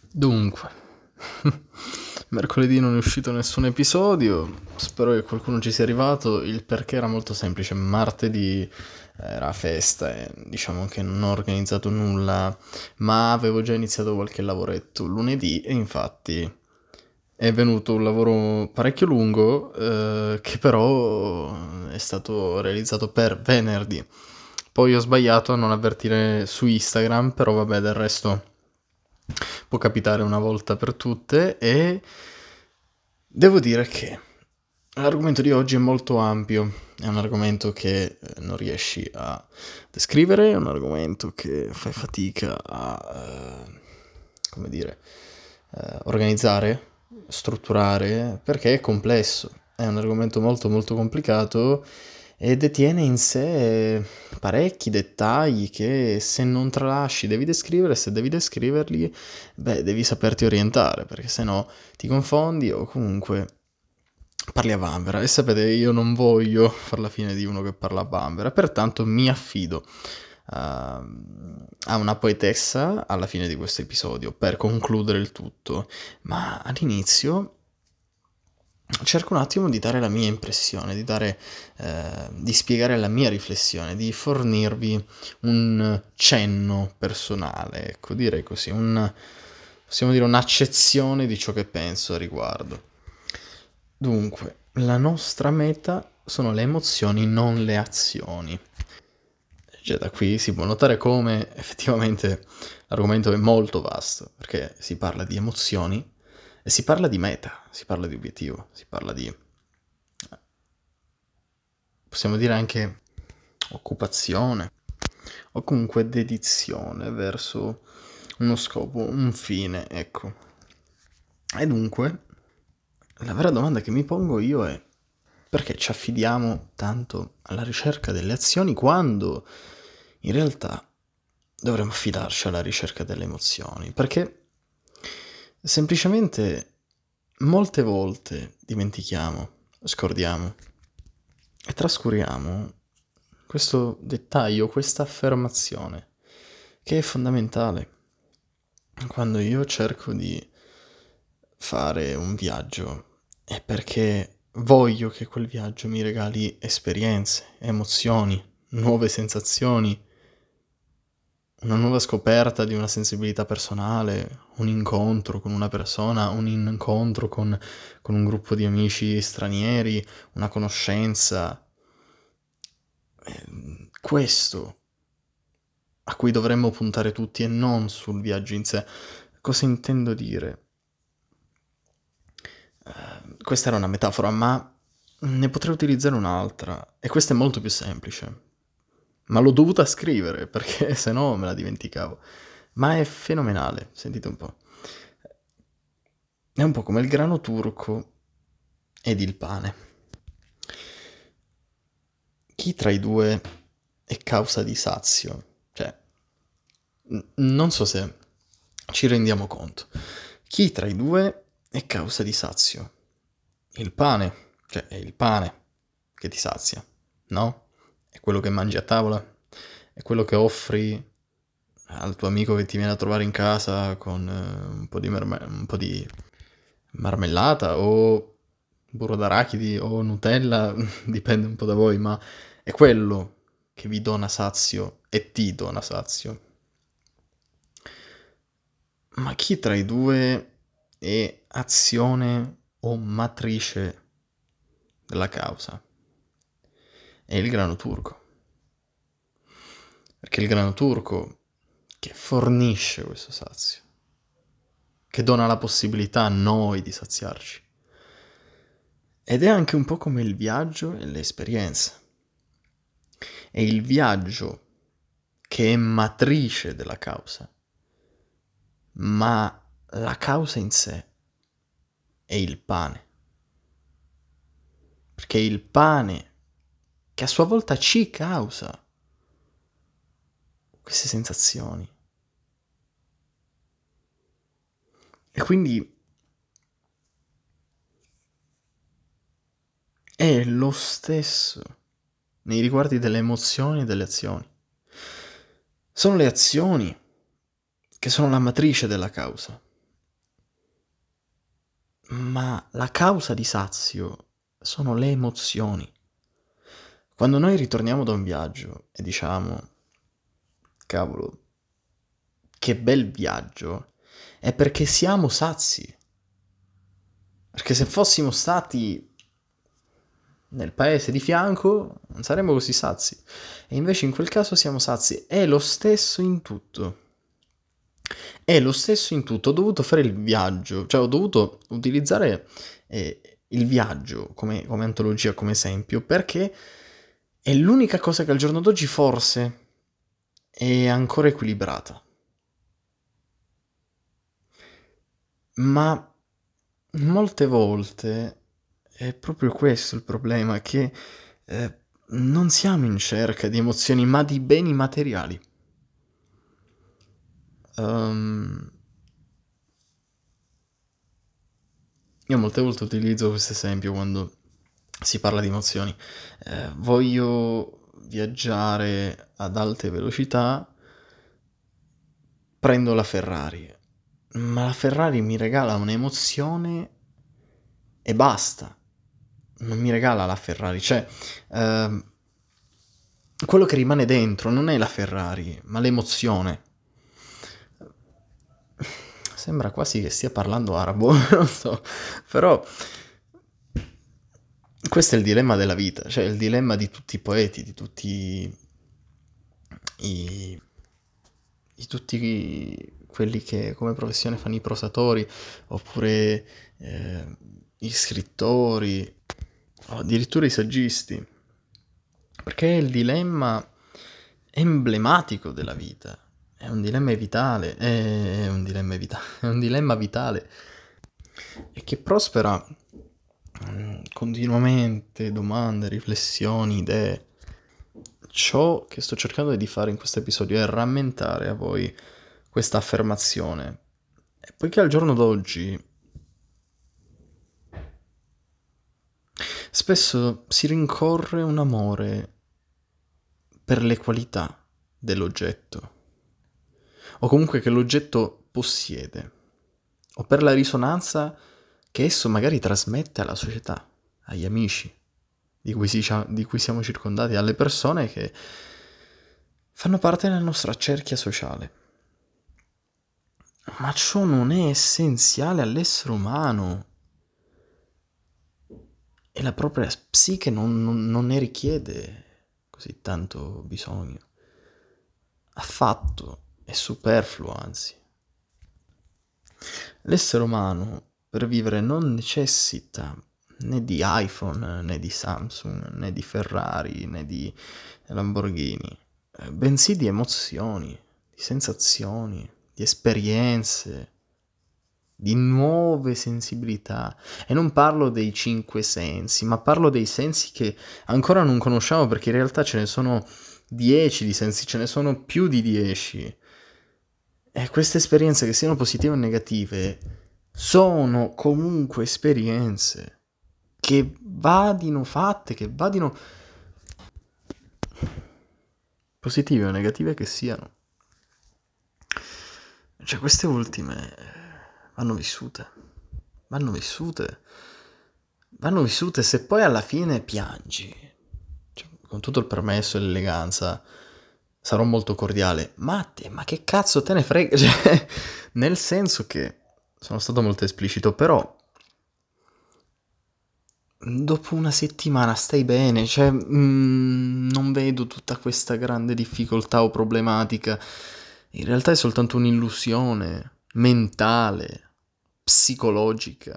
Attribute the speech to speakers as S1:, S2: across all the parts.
S1: Dunque, mercoledì non è uscito nessun episodio, spero che qualcuno ci sia arrivato. Il perché era molto semplice: martedì era festa e diciamo che non ho organizzato nulla, ma avevo già iniziato qualche lavoretto lunedì e infatti è venuto un lavoro parecchio lungo, che però è stato realizzato per venerdì. Poi ho sbagliato a non avvertire su Instagram, però vabbè, del resto può capitare una volta per tutte. E devo dire che l'argomento di oggi è molto ampio, è un argomento che non riesci a descrivere, è un argomento che fai fatica a, come dire, organizzare, strutturare, perché è complesso, è un argomento molto molto complicato e detiene in sé parecchi dettagli che se non tralasci devi descrivere, se devi descriverli, beh, devi saperti orientare, perché sennò ti confondi o comunque parli a vanvera. E sapete, io non voglio far la fine di uno che parla a vanvera, pertanto mi affido a una poetessa alla fine di questo episodio per concludere il tutto, ma all'inizio cerco un attimo di dare la mia impressione, di spiegare la mia riflessione, di fornirvi un cenno personale, ecco, direi così, possiamo dire un'accezione di ciò che penso a riguardo. Dunque, la nostra meta sono le emozioni, non le azioni. Cioè, da qui si può notare come effettivamente l'argomento è molto vasto, perché si parla di emozioni e si parla di meta, si parla di obiettivo, si parla di, possiamo dire anche occupazione, o comunque dedizione verso uno scopo, un fine, ecco. E dunque, la vera domanda che mi pongo io è: perché ci affidiamo tanto alla ricerca delle azioni quando in realtà dovremmo affidarci alla ricerca delle emozioni? Perché semplicemente molte volte dimentichiamo, scordiamo e trascuriamo questo dettaglio, questa affermazione che è fondamentale. Quando io cerco di fare un viaggio è perché voglio che quel viaggio mi regali esperienze, emozioni, nuove sensazioni, una nuova scoperta di una sensibilità personale, un incontro con una persona, un incontro con un gruppo di amici stranieri, una conoscenza. Questo a cui dovremmo puntare tutti e non sul viaggio in sé. Cosa intendo dire? Questa era una metafora, ma ne potrei utilizzare un'altra, e questa è molto più semplice. Ma l'ho dovuta scrivere, perché se no me la dimenticavo. Ma è fenomenale, sentite un po'. È un po' come il grano turco ed il pane. Chi tra i due è causa di sazio? Cioè, non so se ci rendiamo conto. Chi tra i due è causa di sazio? Il pane, cioè è il pane che ti sazia, no? È quello che mangi a tavola, è quello che offri al tuo amico che ti viene a trovare in casa con un po' di marmellata o burro d'arachidi o Nutella, dipende un po' da voi, ma è quello che vi dona sazio e ti dona sazio. Ma chi tra i due è azione o matrice della causa? È il grano turco. Perché è il grano turco che fornisce questo sazio, che dona la possibilità a noi di saziarci. Ed è anche un po' come il viaggio e le esperienze. È il viaggio che è matrice della causa, ma la causa in sé è il pane. Perché è il pane che a sua volta ci causa queste sensazioni. E quindi è lo stesso nei riguardi delle emozioni e delle azioni. Sono le azioni che sono la matrice della causa, ma la causa di sazio sono le emozioni. Quando noi ritorniamo da un viaggio e diciamo, cavolo, che bel viaggio, è perché siamo sazi. Perché se fossimo stati nel paese di fianco non saremmo così sazi. E invece in quel caso siamo sazi. È lo stesso in tutto. È lo stesso in tutto. Ho dovuto fare il viaggio, cioè ho dovuto utilizzare il viaggio come antologia, come esempio, perché è l'unica cosa che al giorno d'oggi forse è ancora equilibrata. Ma molte volte è proprio questo il problema, che non siamo in cerca di emozioni, ma di beni materiali. Io molte volte utilizzo questo esempio quando si parla di emozioni. Voglio viaggiare ad alte velocità, prendo la Ferrari, ma la Ferrari mi regala un'emozione e basta. Non mi regala la Ferrari, cioè quello che rimane dentro non è la Ferrari, ma l'emozione. Sembra quasi che stia parlando arabo, non so, però questo è il dilemma della vita, cioè il dilemma di tutti i poeti, di tutti i di tutti quelli che come professione fanno i prosatori, oppure gli scrittori, o addirittura i saggisti, perché è il dilemma emblematico della vita, è un dilemma vitale, è un dilemma vitale e che prospera continuamente, domande, riflessioni, idee. Ciò che sto cercando di fare in questo episodio è rammentare a voi questa affermazione. E poiché al giorno d'oggi spesso si rincorre un amore per le qualità dell'oggetto, o comunque che l'oggetto possiede, o per la risonanza che esso magari trasmette alla società, agli amici di cui siamo circondati, alle persone che fanno parte della nostra cerchia sociale. Ma ciò non è essenziale all'essere umano e la propria psiche non ne richiede così tanto bisogno. Affatto, è superfluo, anzi. L'essere umano per vivere non necessita né di iPhone, né di Samsung, né di Ferrari, né di Lamborghini, bensì di emozioni, di sensazioni, di esperienze, di nuove sensibilità. E non parlo dei 5 sensi, ma parlo dei sensi che ancora non conosciamo, perché in realtà ce ne sono 10 di sensi, ce ne sono più di 10. E queste esperienze, che siano positive o negative, sono comunque esperienze che vadino fatte, che vadino positive o negative che siano. Cioè queste ultime vanno vissute, vanno vissute, vanno vissute. Se poi alla fine piangi, cioè, con tutto il permesso e l'eleganza, sarò molto cordiale, ma te, ma che cazzo te ne frega? Cioè, nel senso che sono stato molto esplicito, però dopo una settimana stai bene, cioè non vedo tutta questa grande difficoltà o problematica. In realtà è soltanto un'illusione mentale, psicologica,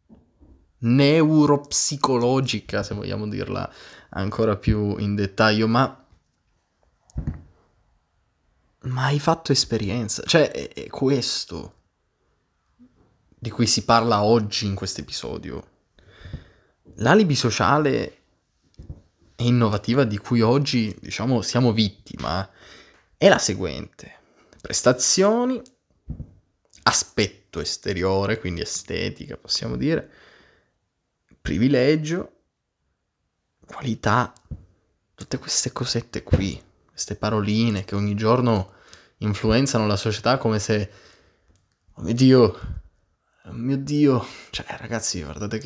S1: neuropsicologica, se vogliamo dirla ancora più in dettaglio, ma hai fatto esperienza, cioè è questo di cui si parla oggi in questo episodio. L'alibi sociale e innovativa di cui oggi, diciamo, siamo vittima è la seguente: prestazioni, aspetto esteriore, quindi estetica, possiamo dire, privilegio, qualità, tutte queste cosette qui, queste paroline che ogni giorno influenzano la società come se, oh mio Dio, mio Dio, cioè ragazzi,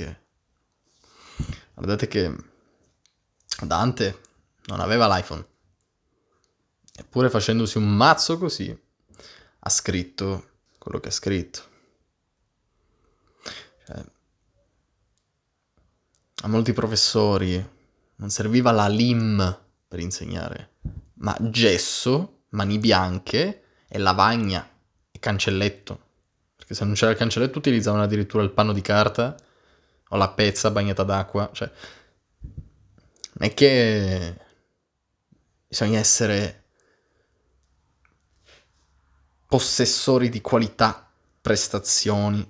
S1: guardate che Dante non aveva l'iPhone, eppure facendosi un mazzo così ha scritto quello che ha scritto. Cioè, a molti professori non serviva la LIM per insegnare, ma gesso, mani bianche e lavagna e cancelletto. Perché se non c'era il cancelletto utilizzavano addirittura il panno di carta o la pezza bagnata d'acqua. Cioè, non è che bisogna essere possessori di qualità, prestazioni,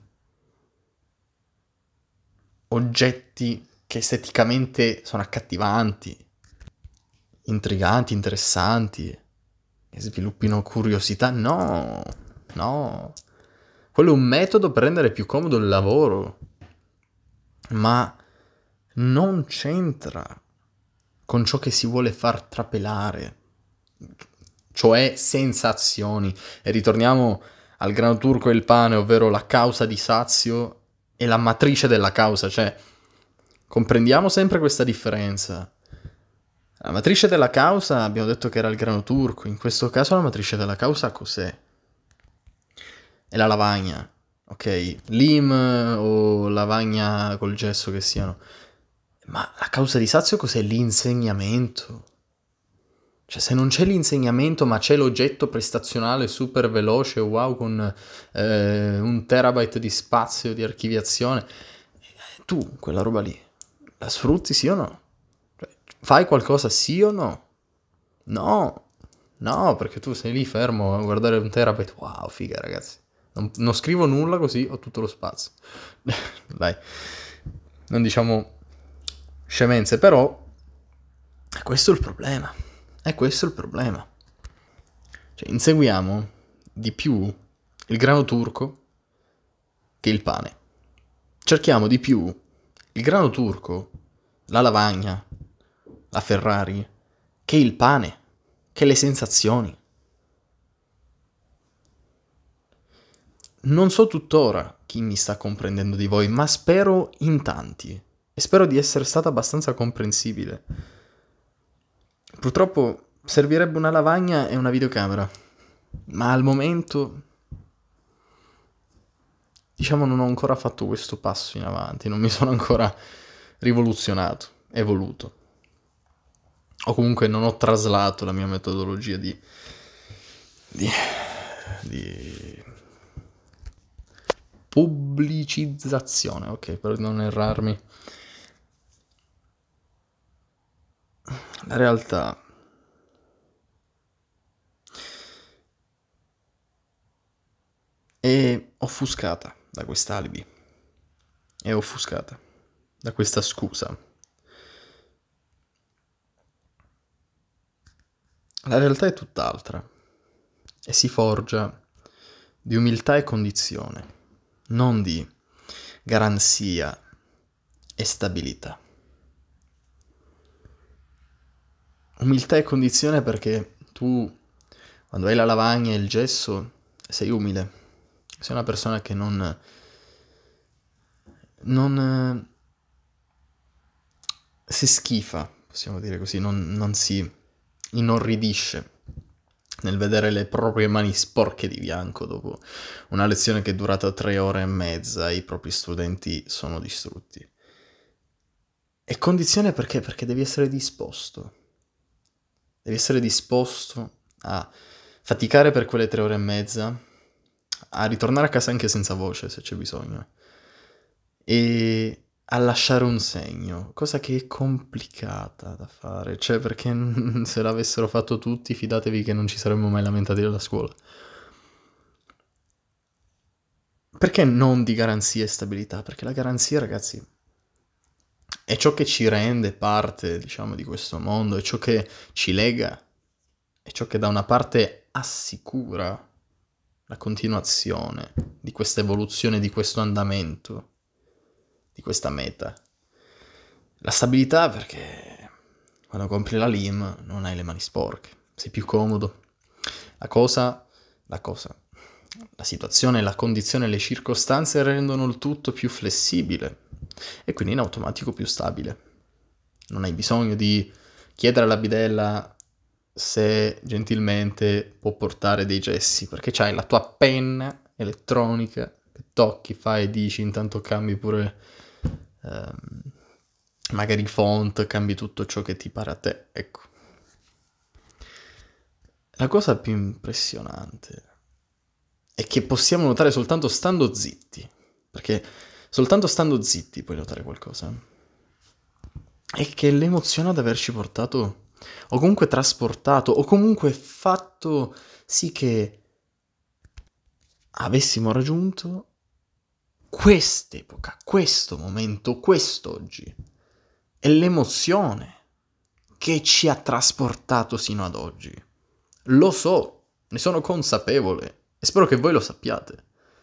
S1: oggetti che esteticamente sono accattivanti, intriganti, interessanti, che sviluppino curiosità. No, no. Quello è un metodo per rendere più comodo il lavoro, ma non c'entra con ciò che si vuole far trapelare, cioè sensazioni. E ritorniamo al grano turco e il pane, ovvero la causa di sazio e la matrice della causa, cioè comprendiamo sempre questa differenza. La matrice della causa abbiamo detto che era il grano turco, in questo caso la matrice della causa cos'è? È la lavagna, ok? Lim o lavagna col gesso che siano. Ma la causa di sazio cos'è? L'insegnamento. Cioè, se non c'è l'insegnamento, ma c'è l'oggetto prestazionale super veloce, wow, con 1 terabyte di spazio di archiviazione, tu quella roba lì la sfrutti sì o no? Cioè, fai qualcosa sì o no? No, no, perché tu sei lì fermo a guardare 1 terabyte, wow, figa ragazzi. Non scrivo nulla così ho tutto lo spazio. Dai, non diciamo scemenze, però questo è il problema. È questo il problema. Cioè, inseguiamo di più il grano turco che il pane. Cerchiamo di più il grano turco, la lavagna, la Ferrari, che il pane, che le sensazioni. Non so tuttora chi mi sta comprendendo di voi, ma spero in tanti. E spero di essere stato abbastanza comprensibile. Purtroppo servirebbe una lavagna e una videocamera, ma al momento, diciamo, non ho ancora fatto questo passo in avanti, non mi sono ancora rivoluzionato, evoluto. O comunque non ho traslato la mia metodologia di pubblicizzazione, ok, per non errarmi. La realtà è offuscata da quest'alibi, è offuscata da questa scusa. La realtà è tutt'altra e si forgia di umiltà e condizione, non di garanzia e stabilità. Umiltà e condizione perché tu, quando hai la lavagna e il gesso, sei umile. Sei una persona che non si schifa, possiamo dire così, non si inorridisce nel vedere le proprie mani sporche di bianco dopo una lezione che è durata 3 ore e mezza e i propri studenti sono distrutti. E condizione perché? Perché devi essere disposto. Devi essere disposto a faticare per quelle 3 ore e mezza, a ritornare a casa anche senza voce se c'è bisogno, e a lasciare un segno, cosa che è complicata da fare, cioè perché se l'avessero fatto tutti, fidatevi che non ci saremmo mai lamentati dalla scuola. Perché non di garanzia e stabilità? Perché la garanzia, ragazzi, è ciò che ci rende parte, diciamo, di questo mondo, è ciò che ci lega, è ciò che da una parte assicura la continuazione di questa evoluzione, di questo andamento, di questa meta. La stabilità perché quando compri la LIM non hai le mani sporche, sei più comodo. La cosa La situazione, la condizione, le circostanze rendono il tutto più flessibile e quindi in automatico più stabile. Non hai bisogno di chiedere alla bidella se gentilmente può portare dei gessi, perché c'hai la tua penna elettronica che tocchi, fai e dici, intanto cambi pure magari font, cambi tutto ciò che ti pare a te, ecco. La cosa più impressionante è che possiamo notare soltanto stando zitti, perché soltanto stando zitti puoi notare qualcosa, è che l'emozione ad averci portato, o comunque trasportato, o comunque fatto sì che avessimo raggiunto quest'epoca, questo momento, quest'oggi. È l'emozione che ci ha trasportato sino ad oggi. Lo so, ne sono consapevole e spero che voi lo sappiate.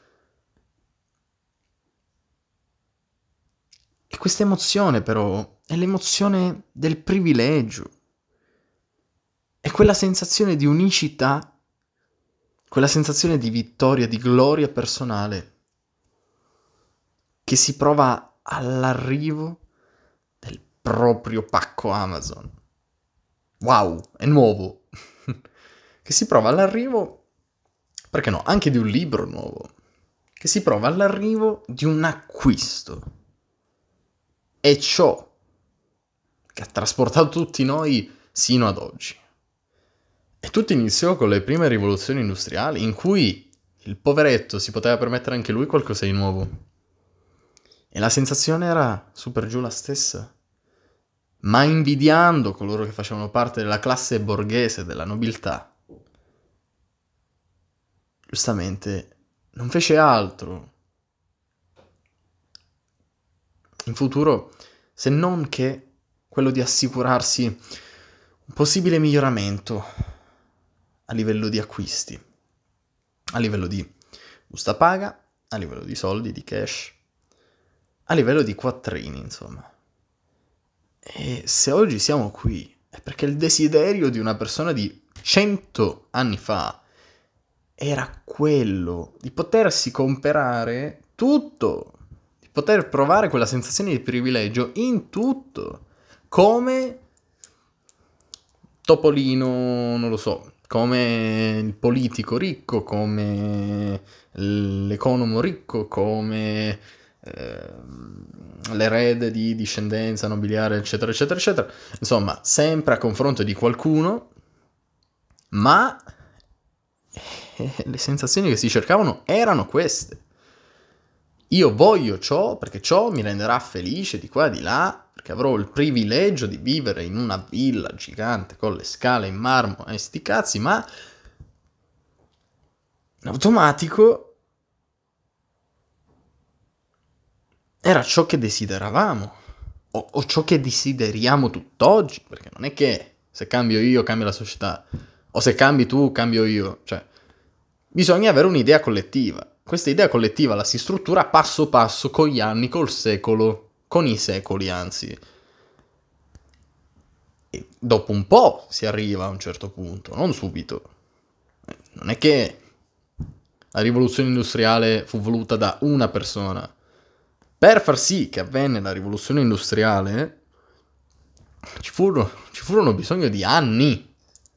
S1: E questa emozione però è l'emozione del privilegio. È quella sensazione di unicità, quella sensazione di vittoria, di gloria personale che si prova all'arrivo del proprio pacco Amazon. Wow, è nuovo. Che si prova all'arrivo, perché no, anche di un libro nuovo. Che si prova all'arrivo di un acquisto. È ciò che ha trasportato tutti noi sino ad oggi. E tutto iniziò con le prime rivoluzioni industriali, in cui il poveretto si poteva permettere anche lui qualcosa di nuovo. E la sensazione era su per giù la stessa. Ma invidiando coloro che facevano parte della classe borghese, della nobiltà, giustamente non fece altro in futuro se non che quello di assicurarsi un possibile miglioramento a livello di acquisti, a livello di busta paga, a livello di soldi, di cash, a livello di quattrini, insomma. E se oggi siamo qui è perché il desiderio di una persona di 100 anni fa era quello di potersi comprare tutto, di poter provare quella sensazione di privilegio in tutto, come Topolino, non lo so, come il politico ricco, come l'economo ricco, come l'erede di discendenza nobiliare, eccetera, eccetera, eccetera. Insomma, sempre a confronto di qualcuno, ma le sensazioni che si cercavano erano queste. Io voglio ciò perché ciò mi renderà felice di qua e di là, perché avrò il privilegio di vivere in una villa gigante con le scale in marmo e sti cazzi, ma in automatico era ciò che desideravamo, o ciò che desideriamo tutt'oggi, perché non è che se cambio io cambia la società, o se cambi tu cambio io, cioè bisogna avere un'idea collettiva. Questa idea collettiva la si struttura passo passo, con gli anni, col secolo, con i secoli anzi. E dopo un po' si arriva a un certo punto, non subito. Non è che la rivoluzione industriale fu voluta da una persona. Per far sì che avvenne la rivoluzione industriale ci furono bisogno di anni,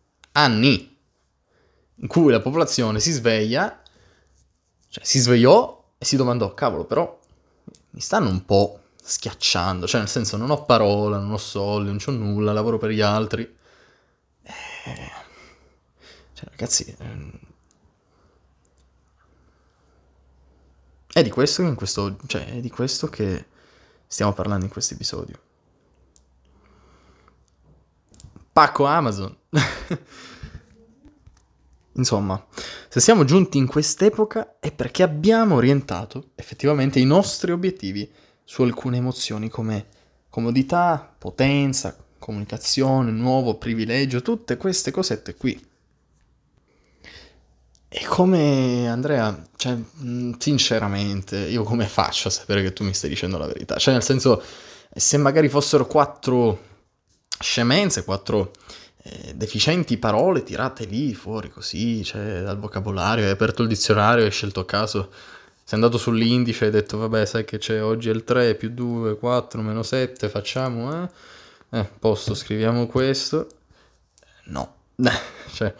S1: in cui la popolazione si sveglia, cioè si svegliò e si domandò, cavolo, però mi stanno un po' schiacciando, cioè nel senso non ho parola, non ho soldi, non c'ho nulla, lavoro per gli altri. Cioè ragazzi, è di questo è di questo che stiamo parlando in questo episodio. Pacco Amazon. Insomma, se siamo giunti in quest'epoca è perché abbiamo orientato effettivamente i nostri obiettivi su alcune emozioni come comodità, potenza, comunicazione, nuovo privilegio, tutte queste cosette qui. E come, Andrea, cioè, sinceramente, io come faccio a sapere che tu mi stai dicendo la verità? Cioè, nel senso, se magari fossero 4 scemenze, 4 deficienti parole tirate lì fuori così, cioè dal vocabolario, hai aperto il dizionario, hai scelto a caso, sei andato sull'indice e hai detto vabbè sai che c'è oggi è il 3 più 2, 4, meno 7, facciamo, posto, scriviamo questo, no, cioè,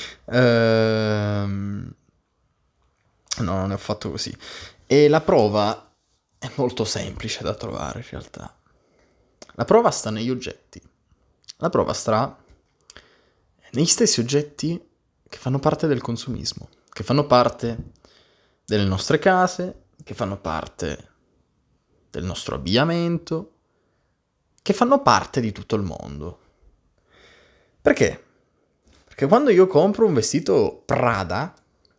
S1: no, non è affatto così. E la prova è molto semplice da trovare in realtà. La prova sta negli oggetti. La prova sta negli stessi oggetti che fanno parte del consumismo, che fanno parte delle nostre case, che fanno parte del nostro abbigliamento, che fanno parte di tutto il mondo. Perché? Perché quando io compro un vestito Prada,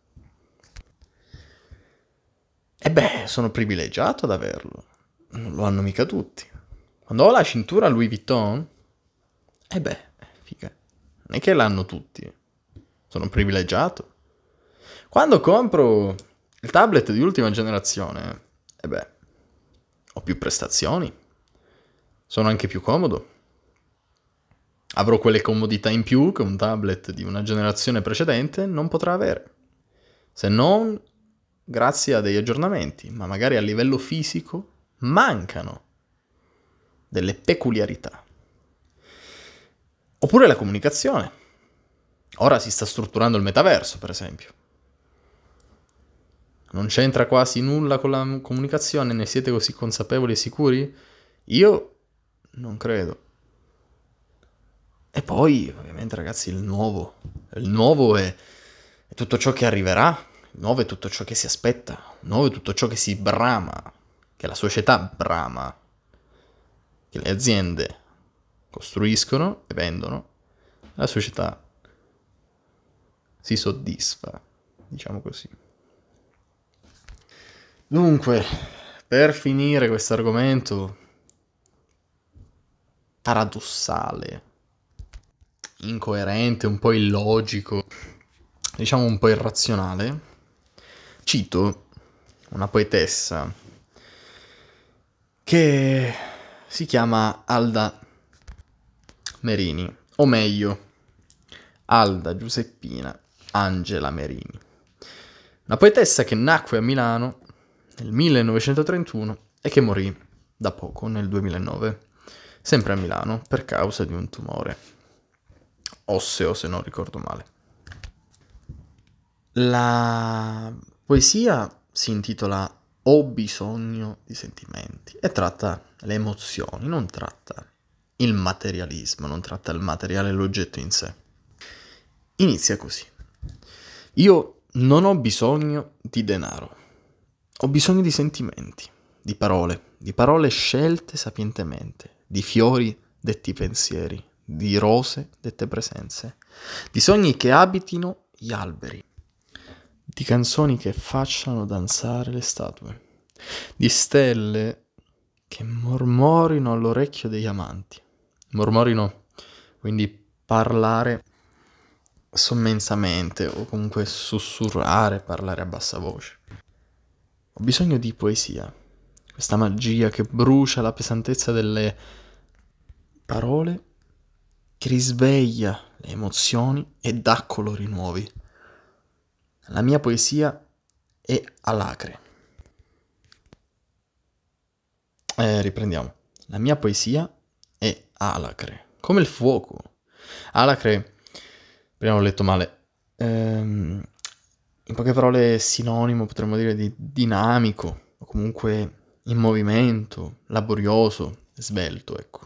S1: sono privilegiato ad averlo. Non lo hanno mica tutti. Quando ho la cintura Louis Vuitton, figa. Non è che l'hanno tutti. Sono privilegiato. Quando compro il tablet di ultima generazione, ho più prestazioni. Sono anche più comodo. Avrò quelle comodità in più che un tablet di una generazione precedente non potrà avere. Se non grazie a degli aggiornamenti, ma magari a livello fisico mancano delle peculiarità. Oppure la comunicazione. Ora si sta strutturando il metaverso, per esempio. Non c'entra quasi nulla con la comunicazione, ne siete così consapevoli e sicuri? Io non credo. E poi, ovviamente, ragazzi, il nuovo. Il nuovo è tutto ciò che arriverà, il nuovo è tutto ciò che si aspetta, il nuovo è tutto ciò che si brama, che la società brama, che le aziende costruiscono e vendono, la società si soddisfa, diciamo così. Dunque, per finire questo argomento paradossale, incoerente, un po' illogico, diciamo un po' irrazionale, cito una poetessa che si chiama Alda Merini, o meglio, Alda Giuseppina Angela Merini. Una poetessa che nacque a Milano nel 1931 e che morì da poco, nel 2009, sempre a Milano, per causa di un tumore osseo, se non ricordo male. La poesia si intitola Ho bisogno di sentimenti e tratta le emozioni, non tratta il materialismo, non tratta il materiale e l'oggetto in sé. Inizia così. Io non ho bisogno di denaro, ho bisogno di sentimenti, di parole scelte sapientemente, di fiori detti pensieri, di rose dette presenze, di sogni che abitino gli alberi, di canzoni che facciano danzare le statue, di stelle che mormorino all'orecchio degli amanti. Mormorino, quindi parlare sommensamente o comunque sussurrare, parlare a bassa voce. Ho bisogno di poesia, questa magia che brucia la pesantezza delle parole, che risveglia le emozioni e dà colori nuovi. La mia poesia è alacre. Riprendiamo. La mia poesia è alacre, come il fuoco. Alacre, prima ho letto male. In poche parole sinonimo potremmo dire di dinamico, o comunque in movimento, laborioso, svelto, ecco.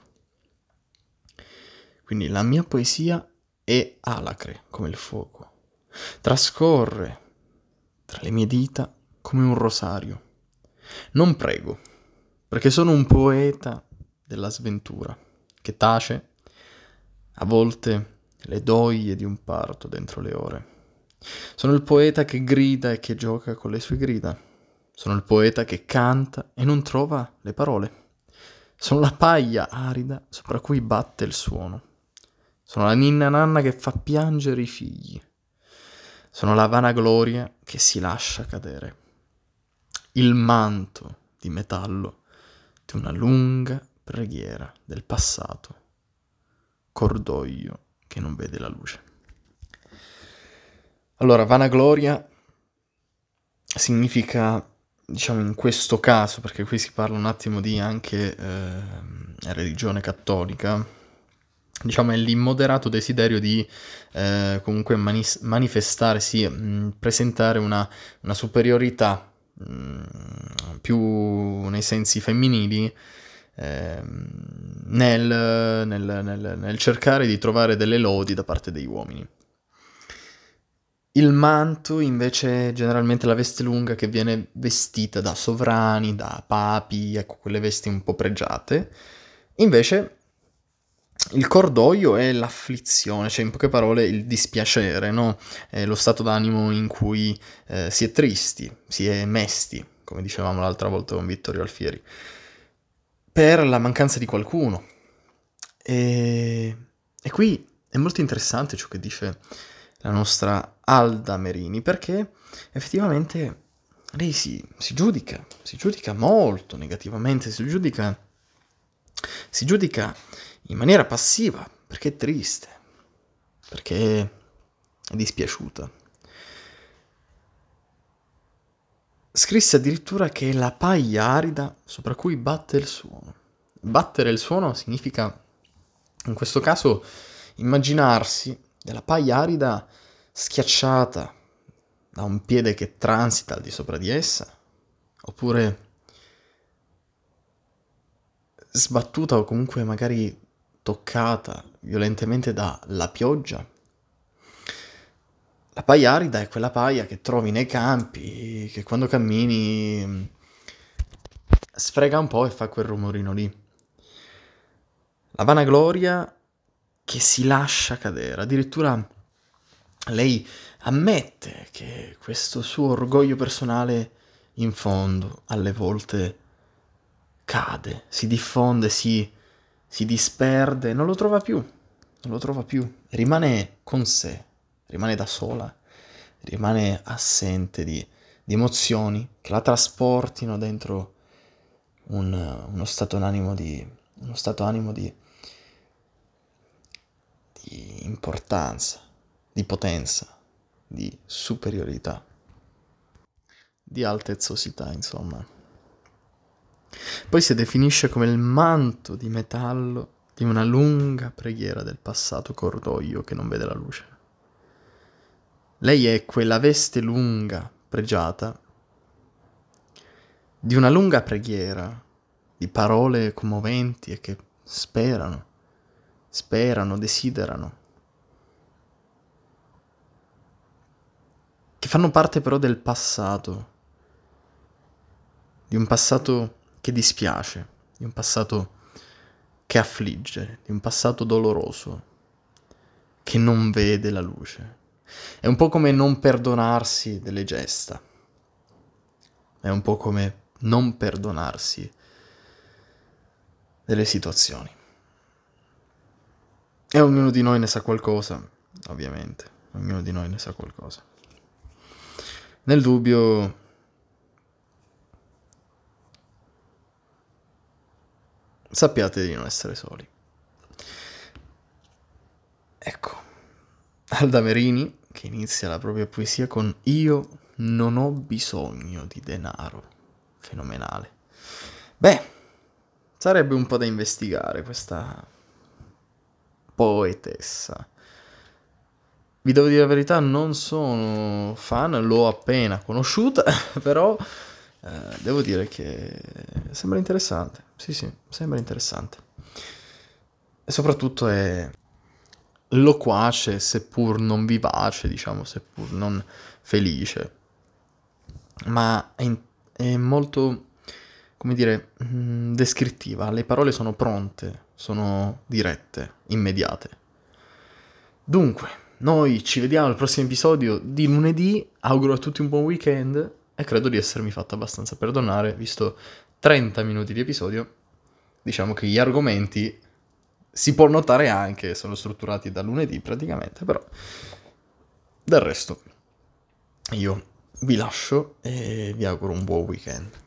S1: Quindi la mia poesia è alacre, come il fuoco. Trascorre tra le mie dita come un rosario. Non prego, perché sono un poeta della sventura, che tace a volte le doglie di un parto dentro le ore. Sono il poeta che grida e che gioca con le sue grida. Sono il poeta che canta e non trova le parole. Sono la paglia arida sopra cui batte il suono. Sono la ninna nanna che fa piangere i figli. Sono la vanagloria che si lascia cadere. Il manto di metallo di una lunga preghiera del passato. Cordoglio che non vede la luce. Allora, vanagloria significa, diciamo in questo caso, perché qui si parla un attimo di anche religione cattolica, diciamo è l'immoderato desiderio di comunque manifestare, sì, presentare una superiorità più nei sensi femminili, nel cercare di trovare delle lodi da parte degli uomini. Il manto invece è generalmente la veste lunga che viene vestita da sovrani, da papi, ecco quelle vesti un po' pregiate. Invece il cordoglio è l'afflizione, cioè in poche parole il dispiacere, no? È lo stato d'animo in cui si è tristi, si è mesti, come dicevamo l'altra volta con Vittorio Alfieri, per la mancanza di qualcuno. E qui è molto interessante ciò che dice la nostra Alda Merini, perché effettivamente lei si giudica molto negativamente, si giudica in maniera passiva, perché è triste, perché è dispiaciuta. Scrisse addirittura che è la paglia arida sopra cui batte il suono. Battere il suono significa, in questo caso, immaginarsi della paglia arida schiacciata da un piede che transita al di sopra di essa, oppure sbattuta o comunque magari toccata violentemente dalla pioggia. La paglia arida è quella paglia che trovi nei campi, che quando cammini sfrega un po' e fa quel rumorino lì. La vanagloria che si lascia cadere, addirittura lei ammette che questo suo orgoglio personale in fondo alle volte cade, si diffonde, si disperde, non lo trova più, rimane con sé, rimane da sola, rimane assente di emozioni che la trasportino dentro uno stato d'animo di importanza, di potenza, di superiorità, di altezzosità, insomma. Poi si definisce come il manto di metallo di una lunga preghiera del passato cordoglio che non vede la luce. Lei è quella veste lunga, pregiata, di una lunga preghiera, di parole commoventi e che sperano, desiderano, che fanno parte però del passato, di un passato che dispiace, di un passato che affligge, di un passato doloroso, che non vede la luce. È un po' come non perdonarsi delle gesta, è un po' come non perdonarsi delle situazioni. E ognuno di noi ne sa qualcosa, ovviamente, ognuno di noi ne sa qualcosa. Nel dubbio, sappiate di non essere soli. Ecco, Alda Merini, che inizia la propria poesia con "Io non ho bisogno di denaro". Fenomenale. Beh, sarebbe un po' da investigare questa poetessa. Vi devo dire la verità, non sono fan, l'ho appena conosciuta, però devo dire che sembra interessante. Sì, sembra interessante. E soprattutto è loquace, seppur non vivace, diciamo, seppur non felice. Ma è molto, come dire, descrittiva. Le parole sono pronte, sono dirette, immediate. Dunque, noi ci vediamo al prossimo episodio di lunedì. Auguro a tutti un buon weekend e credo di essermi fatto abbastanza perdonare, visto 30 minuti di episodio. Diciamo che gli argomenti si può notare anche, sono strutturati da lunedì praticamente, però del resto io vi lascio e vi auguro un buon weekend.